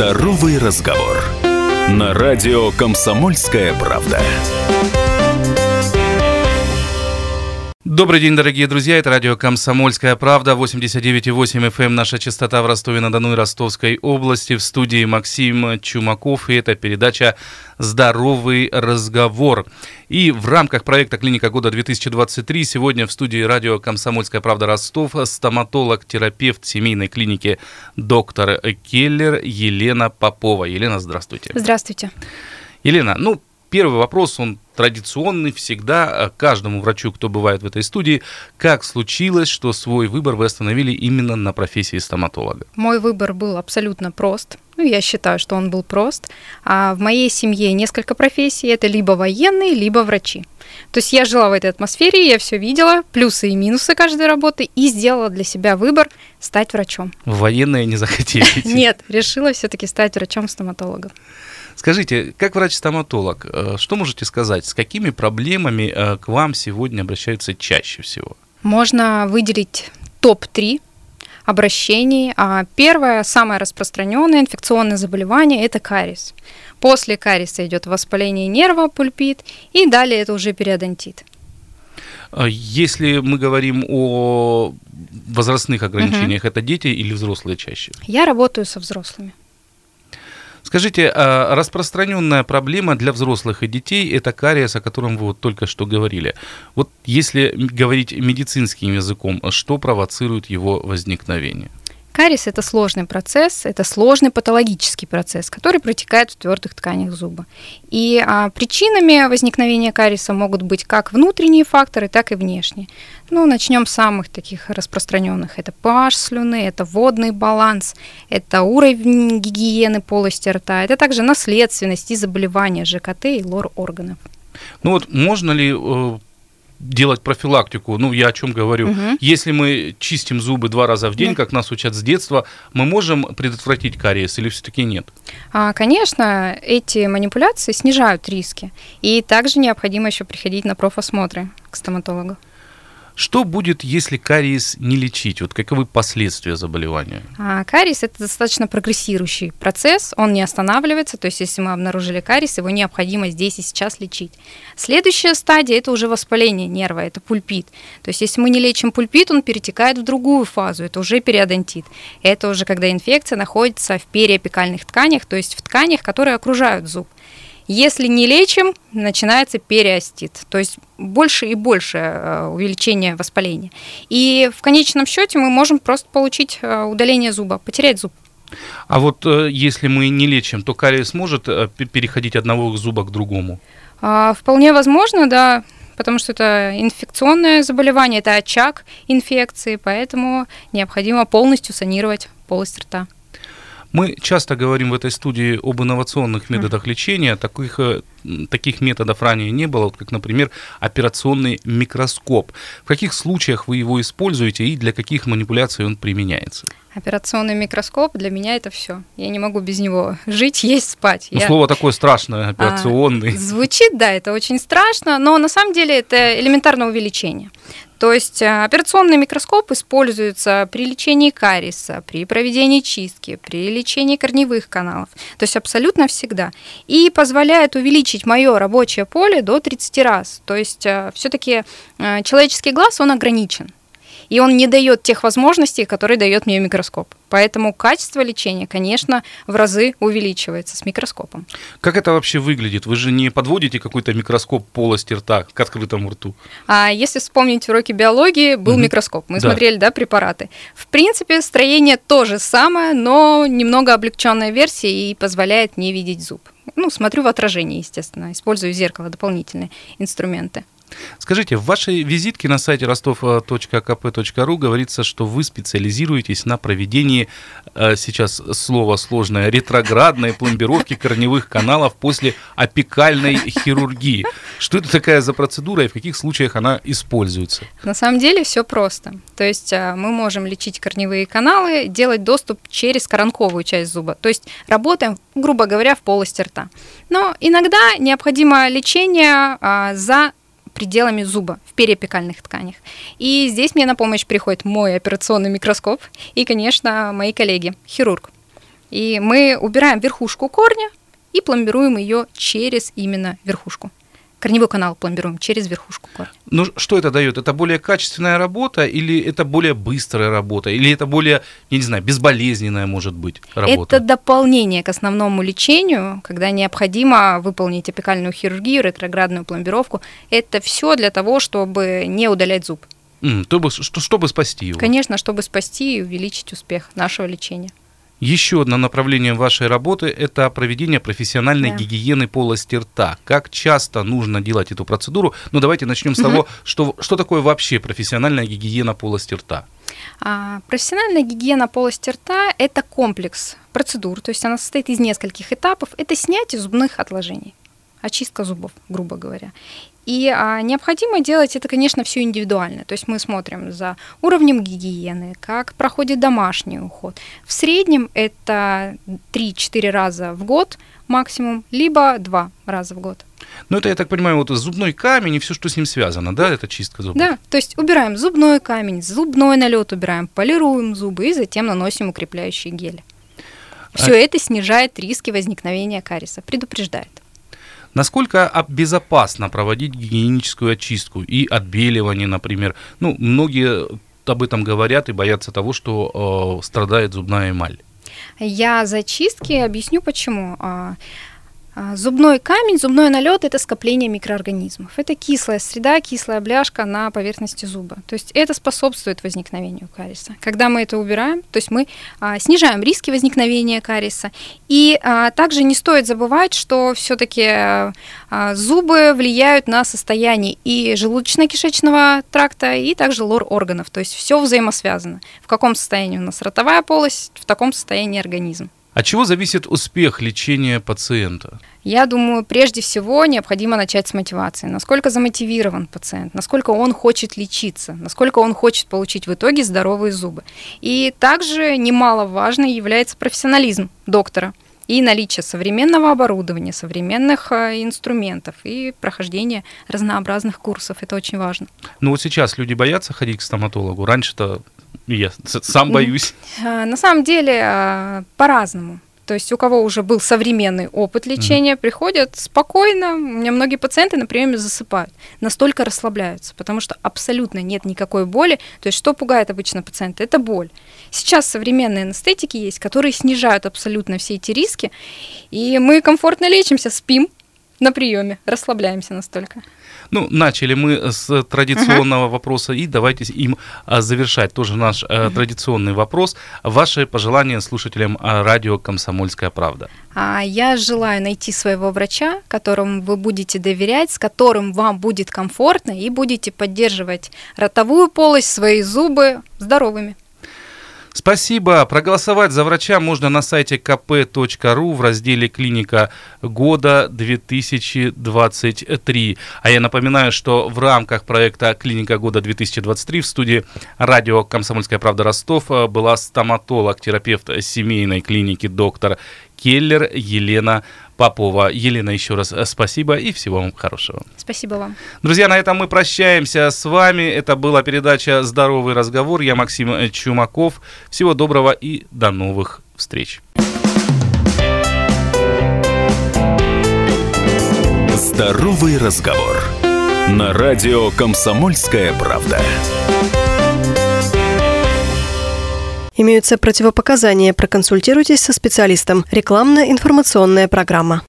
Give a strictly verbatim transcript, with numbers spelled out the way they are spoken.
Здоровый разговор. На радио «Комсомольская правда». Добрый день, дорогие друзья, это радио «Комсомольская правда», восемьдесят девять и восемь эф эм, наша частота в Ростове-на-Дону и Ростовской области. В студии Максим Чумаков, и это передача «Здоровый разговор». И в рамках проекта «Клиника года-две тысячи двадцать три» сегодня в студии радио «Комсомольская правда» Ростов стоматолог-терапевт семейной клиники «Доктор Келлер» Елена Попова. Елена, здравствуйте. Здравствуйте. Елена, ну, первый вопрос, он традиционный всегда каждому врачу, кто бывает в этой студии. Как случилось, что свой выбор вы остановили именно на профессии стоматолога? Мой выбор был абсолютно прост. Ну, я считаю, что он был прост. А в моей семье несколько профессий. Это либо военные, либо врачи. То есть я жила в этой атмосфере, я все видела, плюсы и минусы каждой работы, и сделала для себя выбор стать врачом. В военные не захотели идти? Нет, решила все-таки стать врачом-стоматологом. Скажите, как врач-стоматолог, что можете сказать, с какими проблемами к вам сегодня обращаются чаще всего? Можно выделить топ три обращений. Первое, самое распространенное инфекционное заболевание – это кариес. После кариеса идет воспаление нерва, пульпит, и далее это уже периодонтит. Если мы говорим о возрастных ограничениях, угу. это дети или взрослые чаще? Я работаю со взрослыми. Скажите, распространенная проблема для взрослых и детей – это кариес, о котором вы вот только что говорили. Вот если говорить медицинским языком, что провоцирует его возникновение? Кариес – это сложный процесс, это сложный патологический процесс, который протекает в твердых тканях зуба. И а, причинами возникновения кариеса могут быть как внутренние факторы, так и внешние. Ну, начнем с самых таких распространенных. Это pH слюны, это водный баланс, это уровень гигиены полости рта, это также наследственность и заболевания ЖКТ и лор органов. Ну вот можно ли э, делать профилактику? Ну, я о чем говорю. Угу. Если мы чистим зубы два раза в день, да. как нас учат с детства, мы можем предотвратить кариес или все-таки нет? А, конечно, эти манипуляции снижают риски. И также необходимо еще приходить на профосмотры к стоматологу. Что будет, если кариес не лечить? Вот каковы последствия заболевания? А, кариес – это достаточно прогрессирующий процесс, он не останавливается, то есть если мы обнаружили кариес, его необходимо здесь и сейчас лечить. Следующая стадия – это уже воспаление нерва, это пульпит. То есть если мы не лечим пульпит, он перетекает в другую фазу, это уже периодонтит. Это уже когда инфекция находится в периапикальных тканях, то есть в тканях, которые окружают зуб. Если не лечим, начинается периостит, то есть больше и больше увеличение воспаления. И в конечном счете мы можем просто получить удаление зуба, потерять зуб. А вот если мы не лечим, то кариес может переходить от одного зуба к другому? Вполне возможно, да, потому что это инфекционное заболевание, это очаг инфекции, поэтому необходимо полностью санировать полость рта. Мы часто говорим в этой студии об инновационных методах лечения. Таких, таких методов ранее не было, как, например, операционный микроскоп. В каких случаях вы его используете и для каких манипуляций он применяется? Операционный микроскоп для меня это все. Я не могу без него жить, есть, спать. Ну, Я... Слово такое страшное, операционный. А, звучит, да, это очень страшно, но на самом деле это элементарное увеличение. То есть операционный микроскоп используется при лечении кариеса, при проведении чистки, при лечении корневых каналов, то есть абсолютно всегда. И позволяет увеличить мое рабочее поле до тридцати раз. То есть все-таки человеческий глаз, он ограничен. И он не дает тех возможностей, которые дает мне микроскоп. Поэтому качество лечения, конечно, в разы увеличивается с микроскопом. Как это вообще выглядит? Вы же не подводите какой-то микроскоп полости рта к открытому рту? А если вспомнить уроки биологии, был угу. микроскоп. Мы да. смотрели, да, препараты. В принципе, строение то же самое, но немного облегченная версия и позволяет не видеть зуб. Ну, смотрю в отражение, естественно, использую зеркало, дополнительные инструменты. Скажите, в вашей визитке на сайте ростов точка ка пэ точка ру говорится, что вы специализируетесь на проведении, сейчас слово сложное, ретроградной пломбировки корневых каналов после апикальной хирургии. Что это такая за процедура и в каких случаях она используется? На самом деле все просто. То есть мы можем лечить корневые каналы, делать доступ через коронковую часть зуба. То есть работаем, грубо говоря, в полости рта. Но иногда необходимо лечение за пределами зуба, в периапикальных тканях. И здесь мне на помощь приходит мой операционный микроскоп и, конечно, мои коллеги, хирург. И мы убираем верхушку корня и пломбируем ее через именно верхушку. Корневой канал пломбируем через верхушку корня. Ну, что это дает? Это более качественная работа или это более быстрая работа? Или это более, я не знаю, безболезненная, может быть, работа? Это дополнение к основному лечению, когда необходимо выполнить апикальную хирургию, ретроградную пломбировку. Это все для того, чтобы не удалять зуб. Mm, чтобы, чтобы спасти его. Конечно, чтобы спасти и увеличить успех нашего лечения. Еще одно направление вашей работы – это проведение профессиональной да. гигиены полости рта. Как часто нужно делать эту процедуру? Ну, давайте начнем с угу. того, что, что такое вообще профессиональная гигиена полости рта. А, профессиональная гигиена полости рта – это комплекс процедур, то есть она состоит из нескольких этапов. Это снятие зубных отложений, очистка зубов, грубо говоря. И а, необходимо делать это, конечно, все индивидуально. То есть мы смотрим за уровнем гигиены, как проходит домашний уход. В среднем это три-четыре раза в год максимум, либо два раза в год. Ну, это, я так понимаю, вот зубной камень и все, что с ним связано, да, это чистка зубов? Да, то есть убираем зубной камень, зубной налет убираем, полируем зубы и затем наносим укрепляющие гели. Все а... это снижает риски возникновения кариеса, предупреждает. Насколько безопасно проводить гигиеническую очистку и отбеливание, например? Ну, многие об этом говорят и боятся того, что э, страдает зубная эмаль. Я за чистки объясню почему. Зубной камень, зубной налет – это скопление микроорганизмов. Это кислая среда, кислая бляшка на поверхности зуба. То есть это способствует возникновению кариеса. Когда мы это убираем, то есть мы а, снижаем риски возникновения кариеса. И а, также не стоит забывать, что все-таки а, зубы влияют на состояние и желудочно-кишечного тракта, и также лор-органов. То есть все взаимосвязано. В каком состоянии у нас ротовая полость, в таком состоянии организм. От чего зависит успех лечения пациента? Я думаю, прежде всего необходимо начать с мотивации. Насколько замотивирован пациент, насколько он хочет лечиться, насколько он хочет получить в итоге здоровые зубы. И также немаловажно является профессионализм доктора и наличие современного оборудования, современных инструментов и прохождение разнообразных курсов. Это очень важно. Ну вот сейчас люди боятся ходить к стоматологу. Раньше-то я сам боюсь. На самом деле по-разному. То есть у кого уже был современный опыт лечения, mm-hmm. приходят спокойно. У меня многие пациенты на приеме засыпают, настолько расслабляются, потому что абсолютно нет никакой боли. То есть что пугает обычно пациента? Это боль. Сейчас современные анестетики есть, которые снижают абсолютно все эти риски, и мы комфортно лечимся, спим на приеме, расслабляемся настолько. Ну, начали мы с традиционного uh-huh. вопроса, и давайте им завершать тоже наш uh-huh. традиционный вопрос. Ваши пожелания слушателям радио «Комсомольская правда». Я желаю найти своего врача, которому вы будете доверять, с которым вам будет комфортно, и будете поддерживать ротовую полость, свои зубы здоровыми. Спасибо. Проголосовать за врача можно на сайте ка пэ точка ру в разделе «Клиника года две тысячи двадцать три». А я напоминаю, что в рамках проекта «Клиника года две тысячи двадцать три» в студии радио «Комсомольская правда» Ростов была стоматолог, терапевт семейной клиники доктор Келлер Елена Попова. Елена, еще раз спасибо и всего вам хорошего. Спасибо вам. Друзья, на этом мы прощаемся с вами. Это была передача «Здоровый разговор». Я Максим Чумаков. Всего доброго и до новых встреч. «Здоровый разговор» на радио «Комсомольская правда». Имеются противопоказания. Проконсультируйтесь со специалистом. Рекламно-информационная программа.